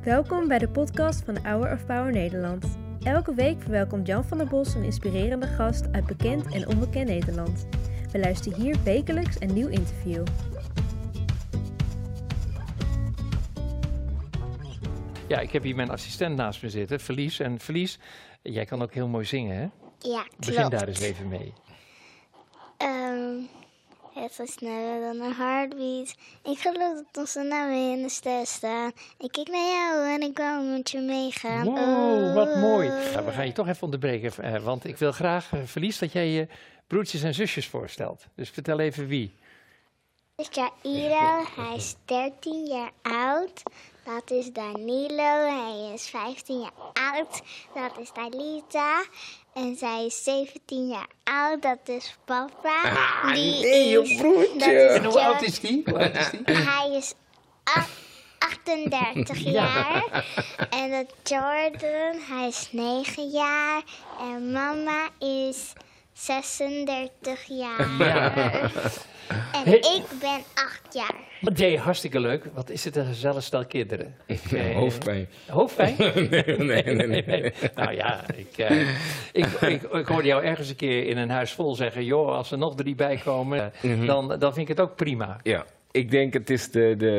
Welkom bij de podcast van Hour of Power Nederland. Elke week verwelkomt Jan van der Bos een inspirerende gast uit bekend en onbekend Nederland. We luisteren hier wekelijks een nieuw interview. Ja, ik heb hier mijn assistent naast me zitten, Felice. En Felice, jij kan ook heel mooi zingen, hè? Ja, klopt. Begin daar eens even mee. Het is sneller dan een heartbeat. Ik geloof dat onze namen in de ster staan. Ik kijk naar jou en ik wou met je meegaan. Wow, wat mooi. Nou, we gaan je toch even onderbreken, want ik wil graag, Felice, dat jij je broertjes en zusjes voorstelt. Dus vertel even wie. Dit is Jairo, hij is 13 jaar oud. Dat is Danilo, hij is 15 jaar oud. Dat is Dalita. En zij is 17 jaar oud, dat is papa. je broertje. En hoe oud is die? Hij is 38 jaar. En dat Jordan, hij is 9 jaar. En mama is 36 jaar. Ja. En ik ben 8 jaar. Jay, hartstikke leuk. Wat is het een gezellig stel kinderen. Hoofdpijn. Hoofdpijn? Nee. Nou ja, ik hoorde jou ergens een keer in een huis vol zeggen, joh, als er nog 3 bij komen, dan vind ik het ook prima. Ja, ik denk het is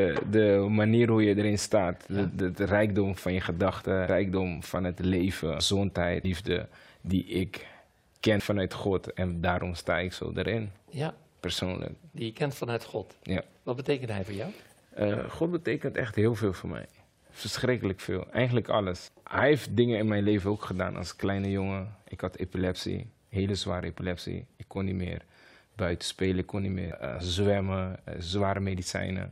de manier hoe je erin staat. De rijkdom van je gedachten, rijkdom van het leven, gezondheid, liefde, die ik ken vanuit God. En daarom sta ik zo erin, Ja, persoonlijk. die je kent vanuit God. Ja. Wat betekent hij voor jou? God betekent echt heel veel voor mij. Verschrikkelijk veel. Eigenlijk alles. Hij heeft dingen in mijn leven ook gedaan als kleine jongen. Ik had epilepsie, hele zware epilepsie. Ik kon niet meer buiten spelen, ik kon niet meer zwemmen, zware medicijnen.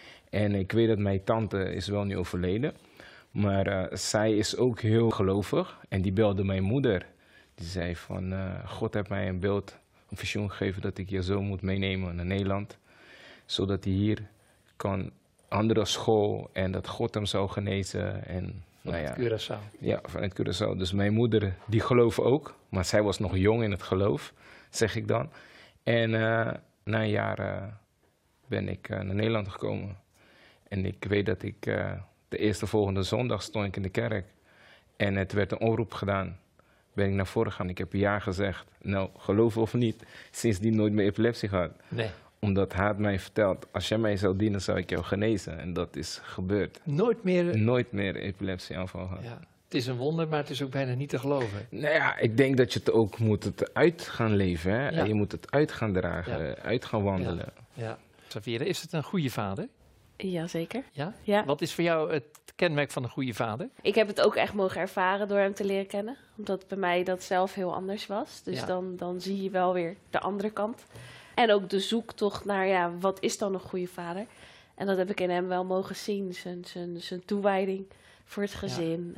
En ik weet dat mijn tante is wel nu overleden. Maar zij is ook heel gelovig en die belde mijn moeder. Die zei van, God heeft mij een beeld, een visioen gegeven dat ik je zo moet meenemen naar Nederland. Zodat hij hier kan andere school en dat God hem zou genezen. En, Curaçao. Ja, vanuit Curaçao. Dus mijn moeder, die geloofde ook. Maar zij was nog jong in het geloof, zeg ik dan. En na een jaar ben ik naar Nederland gekomen. En ik weet dat ik de eerste volgende zondag stond ik in de kerk. En het werd een oproep gedaan. Ben ik naar voren gegaan. Ik heb ja gezegd. Nou, geloof of niet, sindsdien nooit meer epilepsie gehad. Nee. Omdat hij had mij verteld, als jij mij zou dienen, zou ik jou genezen. En dat is gebeurd. Nooit meer? Nooit meer epilepsieaanval gehad. Ja. Het is een wonder, maar het is ook bijna niet te geloven. Nou ja, ik denk dat je het ook moet uit gaan leven. Hè? Ja. Je moet het uit gaan dragen, uit gaan wandelen. Ja. Safira, is het een goede vader? Jazeker. Ja? Ja. Wat is voor jou het kenmerk van een goede vader? Ik heb het ook echt mogen ervaren door hem te leren kennen. Omdat bij mij dat zelf heel anders was. Dus Ja. dan zie je wel weer de andere kant. En ook de zoektocht naar, ja, wat is dan een goede vader? En dat heb ik in hem wel mogen zien. Zijn toewijding voor het gezin.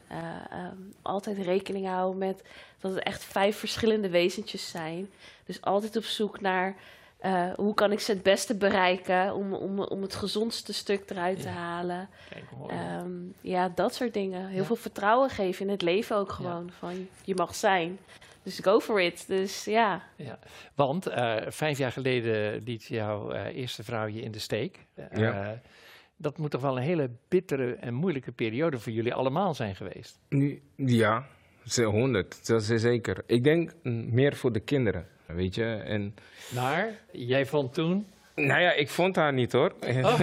Altijd rekening houden met dat het echt 5 verschillende wezentjes zijn. Dus altijd op zoek naar hoe kan ik ze het beste bereiken om het gezondste stuk eruit te halen. Kijk, mooi. Dat soort dingen. Heel veel vertrouwen geven in het leven ook gewoon. Van, je mag zijn. Dus go for it. Dus ja. Ja. Want 5 jaar geleden liet jouw eerste vrouw je in de steek. Dat moet toch wel een hele bittere en moeilijke periode voor jullie allemaal zijn geweest? Ja, 100, dat is zeker. Ik denk meer voor de kinderen, weet je. En Maar jij vond toen... nou ja, ik vond haar niet hoor.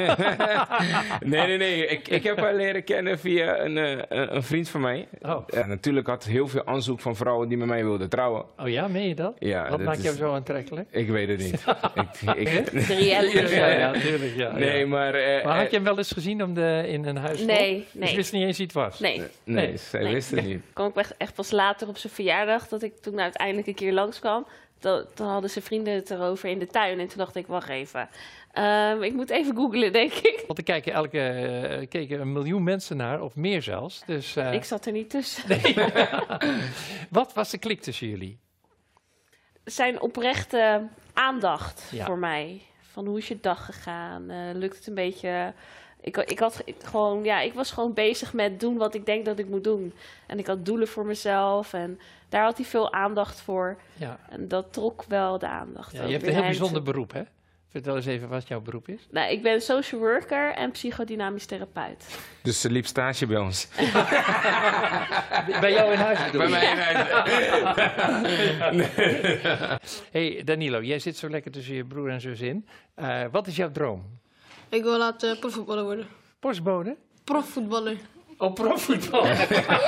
Nee. Ik heb haar leren kennen via een vriend van mij. Oh. Ja, natuurlijk had heel veel aanzoek van vrouwen die met mij wilden trouwen. Oh ja, meen je dat? Ja, Wat dat maakt jou is- zo aantrekkelijk? Ik weet het niet. De reality show. Ja, natuurlijk. Ja, Nee, ja. maar... Maar had je hem wel eens gezien in een huis vol? Nee. Dus je wist niet eens wie het was? Nee. Nee, zij Nee. wist het niet. Kwam ik echt pas later op zijn verjaardag, dat ik toen uiteindelijk een keer langskwam. Toen hadden zijn vrienden het erover in de tuin. En toen dacht ik, wacht even. Ik moet even googlen, denk ik. Want er keken 1 miljoen mensen naar, of meer zelfs. Dus, Ik zat er niet tussen. nee. Wat was de klik tussen jullie? Zijn oprechte aandacht Ja. voor mij. Van hoe is je dag gegaan? Lukt het een beetje... Ik was gewoon bezig met doen wat ik denk dat ik moet doen. En ik had doelen voor mezelf. En daar had hij veel aandacht voor. Ja. En dat trok wel de aandacht. Ja, ook je hebt weer een heel hem bijzonder te- beroep, hè? Vertel eens even wat jouw beroep is. Nou, ik ben social worker en psychodynamisch therapeut. Dus ze liep stage bij ons. Bij jou in huis bedoel Bij je? mij in huis. Hey Danilo, jij zit zo lekker tussen je broer en zus in. Wat is jouw droom? Ik wil laten profvoetballer worden. Postbode? Profvoetballer. Oh, profvoetballer.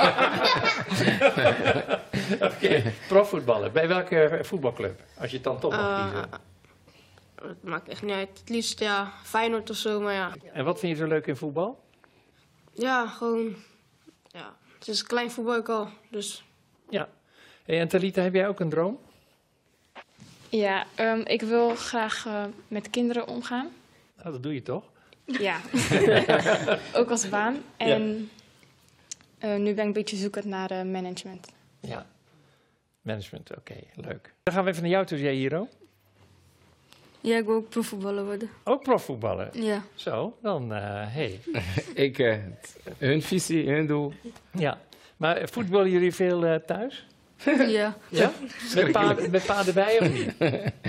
Oké, profvoetballer. Bij welke voetbalclub? Als je het dan toch mag kiezen. Het maakt echt niet uit. Het liefst ja, Feyenoord of zo, maar ja. En wat vind je zo leuk in voetbal? Ja, gewoon... Ja, het is een klein voetbal ook al, dus... Ja. Hey, en Talita, heb jij ook een droom? Ja, ik wil graag met kinderen omgaan. Nou, dat doe je toch? Ja, ook als baan. En nu ben ik een beetje zoekend naar management. Ja. Management, oké, leuk. Dan gaan we even naar jou toe, Jairo. Ja, ik wil ook profvoetballer worden. Ook profvoetballer? Ja. Zo, dan hey. Hun visie, hun doel. Ja. Maar voetballen jullie veel thuis? Ja. Ja? Met pa erbij of niet?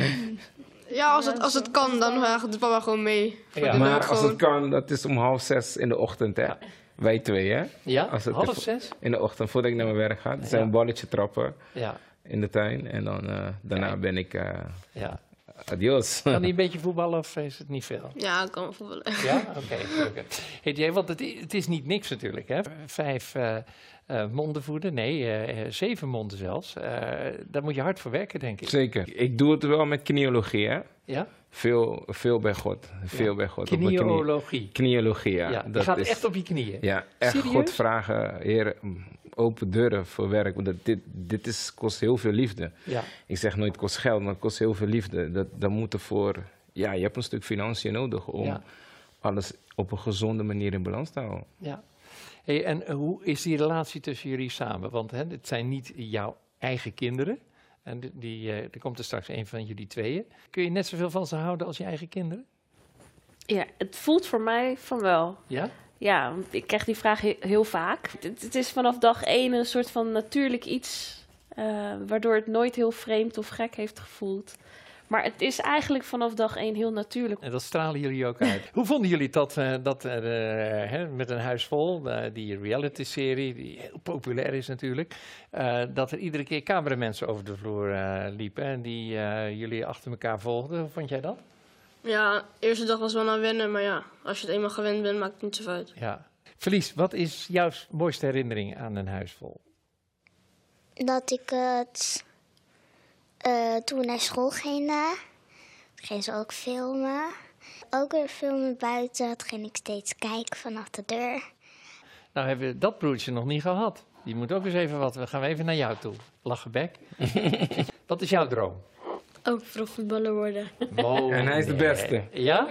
Ja, als het kan, dan gaat papa gewoon mee. Ja. Maar als het kan, dat is om 5:30 in de ochtend, hè. Ja. Wij twee, hè. Ja, Als het 5:30? in de ochtend, voordat ik naar mijn werk ga. Er zijn een balletje trappen Ja. in de tuin. En dan daarna ben ik... Ja. Adios. Kan hij een beetje voetballen of is het niet veel? Ja, ik kan wel voetballen. Ja? Oké. Hey, want het is niet niks natuurlijk, hè? 5 monden voeden, nee, 7 monden zelfs. Daar moet je hard voor werken, denk ik. Zeker. Ik doe het wel met kniologie, hè. Ja? Veel bij God. Veel bij God. Op mijn knie. Kniologie. Kniologie, ja. Ja, je Dat gaat is, echt op je knieën. Ja, echt Serieus? God vragen, Heer, open deuren voor werk. Want kost heel veel liefde. Ja. Ik zeg nooit kost geld, maar het kost heel veel liefde. Dat moet ervoor... Ja, je hebt een stuk financiën nodig om alles op een gezonde manier in balans te houden. Ja. Hey, en hoe is die relatie tussen jullie samen? Want het zijn niet jouw eigen kinderen. En er komt er straks een van jullie tweeën. Kun je net zoveel van ze houden als je eigen kinderen? Ja, het voelt voor mij van wel. Ja? Ja, want ik krijg die vraag heel vaak. Het is vanaf dag 1 een soort van natuurlijk iets... waardoor het nooit heel vreemd of gek heeft gevoeld. Maar het is eigenlijk vanaf dag 1 heel natuurlijk. En dat stralen jullie ook uit. Hoe vonden jullie dat met een huis vol, die reality-serie, die heel populair is natuurlijk, dat er iedere keer cameramensen over de vloer liepen en die jullie achter elkaar volgden? Hoe vond jij dat? Ja, de eerste dag was wel aan wennen, maar ja, als je het eenmaal gewend bent, maakt het niet zoveel uit. Ja. Felice, wat is jouw mooiste herinnering aan een huis vol? Dat ik het... toen we naar school gingen, gingen ze ook filmen. Ook weer filmen buiten, dat ging ik steeds kijken vanaf de deur. Nou hebben we dat broertje nog niet gehad. Die moet ook eens even wat. We gaan even naar jou toe. Lachenbek. Wat is jouw droom? Ook profvoetballer worden. Oh, En hij is de beste. Ja?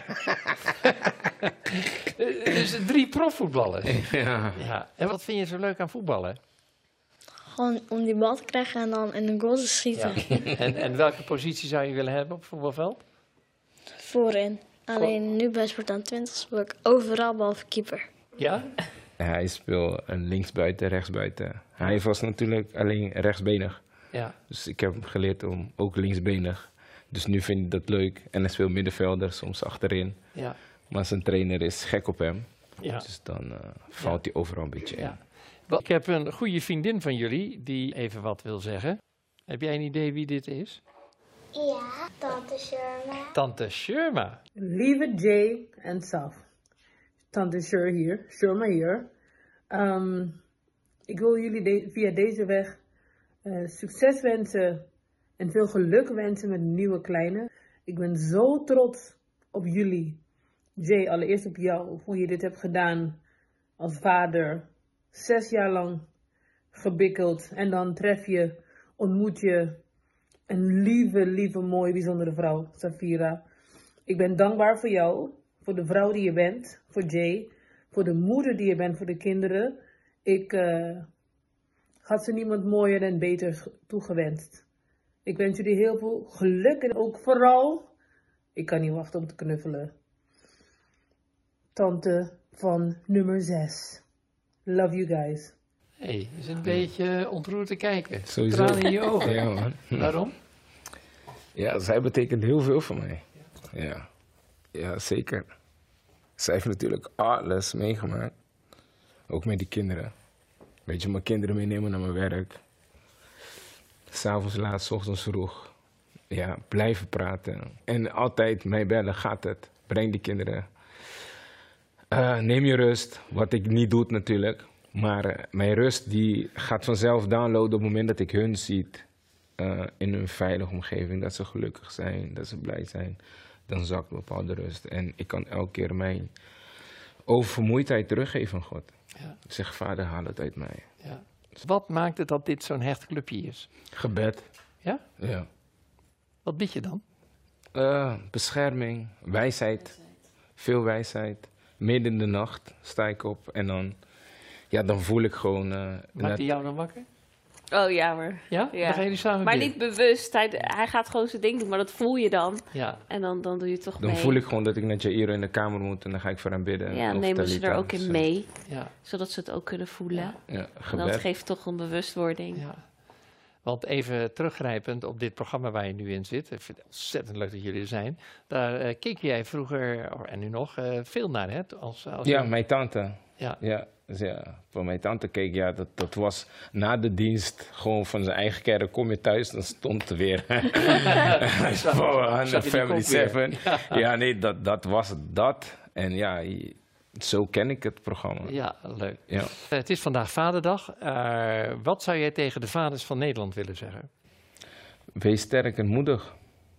Dus 3 profvoetballers. Ja. Ja. En wat vind je zo leuk aan voetballen? Gewoon om die bal te krijgen en dan in een goal te schieten. En welke positie zou je willen hebben op het voetbalveld? Voorin. Alleen nu bij Sport 20 speel ik overal behalve keeper. Ja? Hij speelt een linksbuiten, rechtsbuiten. Hij was natuurlijk alleen rechtsbenig. Ja. Dus ik heb hem geleerd om ook linksbenig. Dus nu vind ik dat leuk. En hij speelt middenvelder, soms achterin. Ja. Maar zijn trainer is gek op hem. Ja. Dus dan valt hij overal een beetje in. Ja. Ik heb een goede vriendin van jullie die even wat wil zeggen. Heb jij een idee wie dit is? Ja, tante Sherma. Tante Sherma. Lieve Jay en Saf. Tante Sher hier, Sherma hier. Ik wil jullie via deze weg succes wensen en veel geluk wensen met een nieuwe kleine. Ik ben zo trots op jullie. Jay, allereerst op jou, hoe je dit hebt gedaan als vader. 6 jaar lang gebikkeld en dan ontmoet je een lieve, mooie, bijzondere vrouw, Safira. Ik ben dankbaar voor jou, voor de vrouw die je bent, voor Jay, voor de moeder die je bent voor de kinderen. Ik had ze niemand mooier en beter toegewenst. Ik wens jullie heel veel geluk en ook vooral, ik kan niet wachten om te knuffelen. Tante van nummer 6. Love you guys. Hey, je is een beetje ontroerd te kijken. Sowieso. Tranen in je ogen. Ja, man. Waarom? Ja, zij betekent heel veel voor mij. Ja, zeker. Zij heeft natuurlijk alles meegemaakt. Ook met die kinderen. Weet je, mijn kinderen meenemen naar mijn werk. 's Avonds laat, 's ochtends vroeg. Ja, blijven praten. En altijd mij bellen, gaat het? Breng die kinderen. Neem je rust, wat ik niet doe natuurlijk. Maar mijn rust die gaat vanzelf downloaden op het moment dat ik hun ziet. In een veilige omgeving, dat ze gelukkig zijn, dat ze blij zijn. Dan zakt een bepaalde rust. En ik kan elke keer mijn oververmoeidheid teruggeven aan God. Ja. Ik zeg, Vader, haal het uit mij. Ja. Wat maakt het dat dit zo'n hecht clubje is? Gebed. Ja? Ja. Wat bid je dan? Bescherming, wijsheid. Veel wijsheid. Midden in de nacht sta ik op en dan voel ik gewoon... Maakt hij jou dan wakker? Oh ja hoor. Ja? Dan gaan jullie samen Maar bidden. niet bewust. Hij gaat gewoon zijn ding doen, maar dat voel je dan. Ja. En dan doe je het toch Dan mee. voel ik gewoon dat ik naar Jairo in de kamer moet en dan ga ik voor hem bidden. Ja, Of nemen ze er Talita, ook in zo. mee. Ja. Zodat ze het ook kunnen voelen. Ja, En gebed. dat geeft toch een bewustwording. Ja. Want even teruggrijpend op dit programma waar je nu in zit. Ik vind het ontzettend leuk dat jullie er zijn. Daar keek jij vroeger, en nu nog, veel naar, hè? Als Ja, mijn tante. Ja. Dus van mijn tante keek, dat was na de dienst gewoon van zijn eigen kerk. Kom je thuis, dan stond er weer Zat die Family kop weer. 7. Ja, nee, dat was dat. En ja, zo ken ik het programma. Ja, leuk. Ja. Het is vandaag Vaderdag. Wat zou jij tegen de vaders van Nederland willen zeggen? Wees sterk en moedig.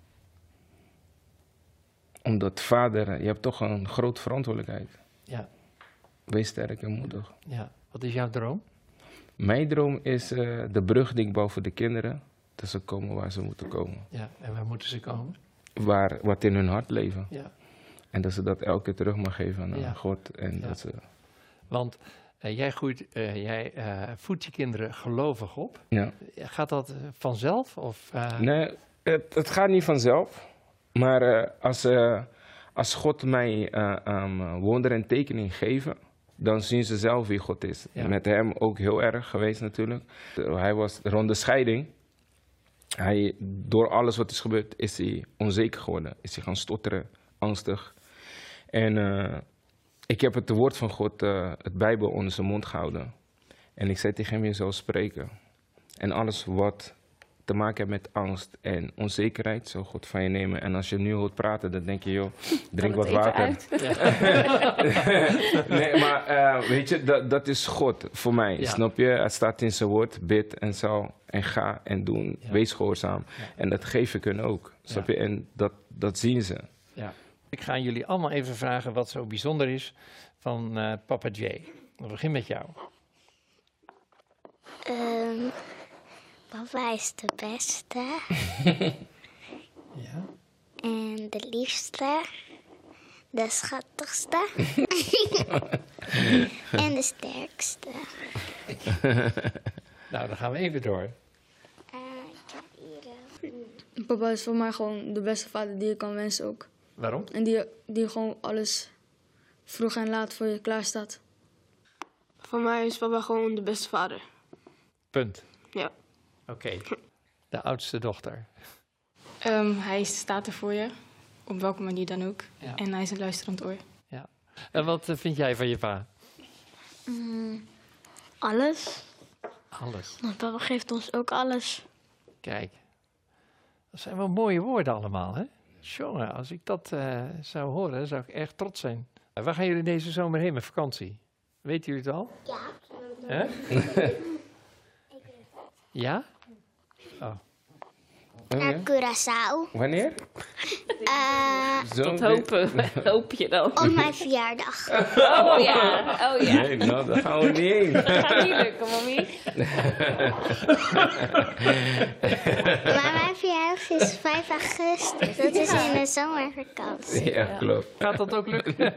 Omdat vader, je hebt toch een grote verantwoordelijkheid. Ja. Wees sterk en moedig. Ja. Wat is jouw droom? Mijn droom is de brug die ik bouw voor de kinderen. Dat ze komen waar ze moeten komen. Ja. En waar moeten ze komen? Wat in hun hart leven. Ja. En dat ze dat elke keer terug mag geven aan Ja. God. En Ja. dat ze... Want jij voedt je kinderen gelovig op. Ja. Gaat dat vanzelf? Of, Nee, het gaat niet vanzelf. Maar als God mij wonderen en tekeningen geven, dan zien ze zelf wie God is. Ja. Met hem ook heel erg geweest natuurlijk. Hij was rond de scheiding. Door alles wat is gebeurd, is hij onzeker geworden. Is hij gaan stotteren, angstig. En ik heb het woord van God, het Bijbel, onder zijn mond gehouden. En ik zei tegen hem, je zal spreken. En alles wat te maken heeft met angst en onzekerheid, zal God van je nemen. En als je hem nu hoort praten, dan denk je, joh, drink wat water. Nee, maar weet je, dat is God voor mij, Ja. snap je? Het staat in zijn woord, bid en zal en ga en doen, Ja. wees gehoorzaam. Ja. En dat geef ik hun ook, snap je? En dat zien ze. Ja. Ik ga jullie allemaal even vragen wat zo bijzonder is van papa Jay. We beginnen met jou. Papa is de beste Ja. en de liefste, de schattigste en de sterkste. Nou, dan gaan we even door. Papa is voor mij gewoon de beste vader die je kan wensen ook. Waarom? En die gewoon alles vroeg en laat voor je klaar staat. Voor mij is papa gewoon de beste vader. Punt. Ja. Oké. De oudste dochter. Hij staat er voor je, op welke manier dan ook. Ja. En hij is een luisterend oor. Ja. En wat vind jij van je pa? Alles. Alles. Want papa geeft ons ook alles. Kijk. Dat zijn wel mooie woorden allemaal, hè? Jongen, als ik dat zou horen, zou ik echt trots zijn. Waar gaan jullie deze zomer heen met vakantie? Weten jullie het al? Ja. Hè? Ja? Oh. Naar Curaçao. Wanneer? Dat hoop je dan. Op mijn verjaardag. Oh ja. Nee, nou, daar gaan we niet heen. Dat gaat niet lukken, mami. Maar mijn verjaardag is 5 augustus. Dat is in de zomervakantie. Ja, klopt. Gaat dat ook lukken?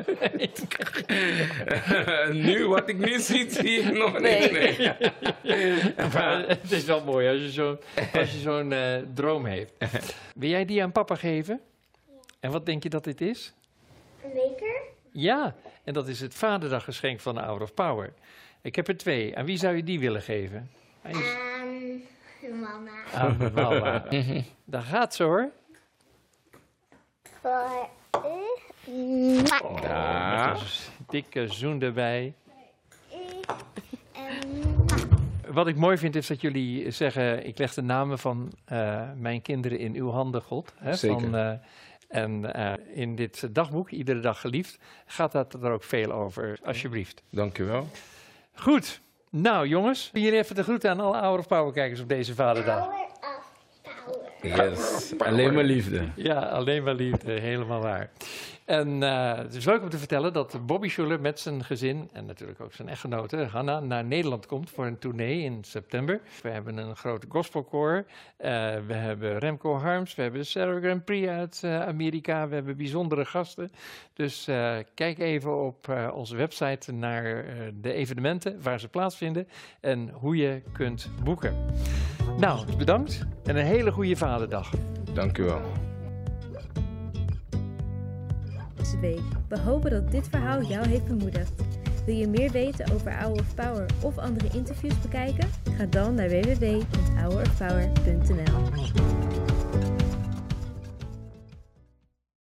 Nu, wat ik nu zie ik nog Nee. niet. Nee. Maar het is wel mooi als je zo'n droom heeft. Wil jij die aan papa geven? En wat denk je dat dit is? Een beker? Ja, en dat is het Vaderdaggeschenk van de Hour of Power. Ik heb er 2. Aan wie zou je die willen geven? Mama. Aan mama. Daar gaat ze hoor. voor u. Ja. Een dikke zoen erbij. En Wat ik mooi vind is dat jullie zeggen, ik leg de namen van mijn kinderen in uw handen, God. Hè, Zeker. In dit dagboek, Iedere Dag Geliefd, gaat dat er ook veel over, alsjeblieft. Dank u wel. Goed, nou jongens, doen jullie even de groeten aan alle Hour of Power kijkers op deze Vaderdag. Power of Power. Yes. Alleen maar liefde. Ja, alleen maar liefde, helemaal waar. En het is leuk om te vertellen dat Bobby Schuller met zijn gezin en natuurlijk ook zijn echtgenote Hanna naar Nederland komt voor een tournee in september. We hebben een grote gospelkoor, we hebben Remco Harms, we hebben Sarah Grand Prix uit Amerika, we hebben bijzondere gasten. Dus kijk even op onze website naar de evenementen waar ze plaatsvinden en hoe je kunt boeken. Nou, bedankt en een hele goede Vaderdag. Dank u wel. Deze week. We hopen dat dit verhaal jou heeft bemoedigd. Wil je meer weten over Hour of Power of andere interviews bekijken? Ga dan naar www.hourofpower.nl.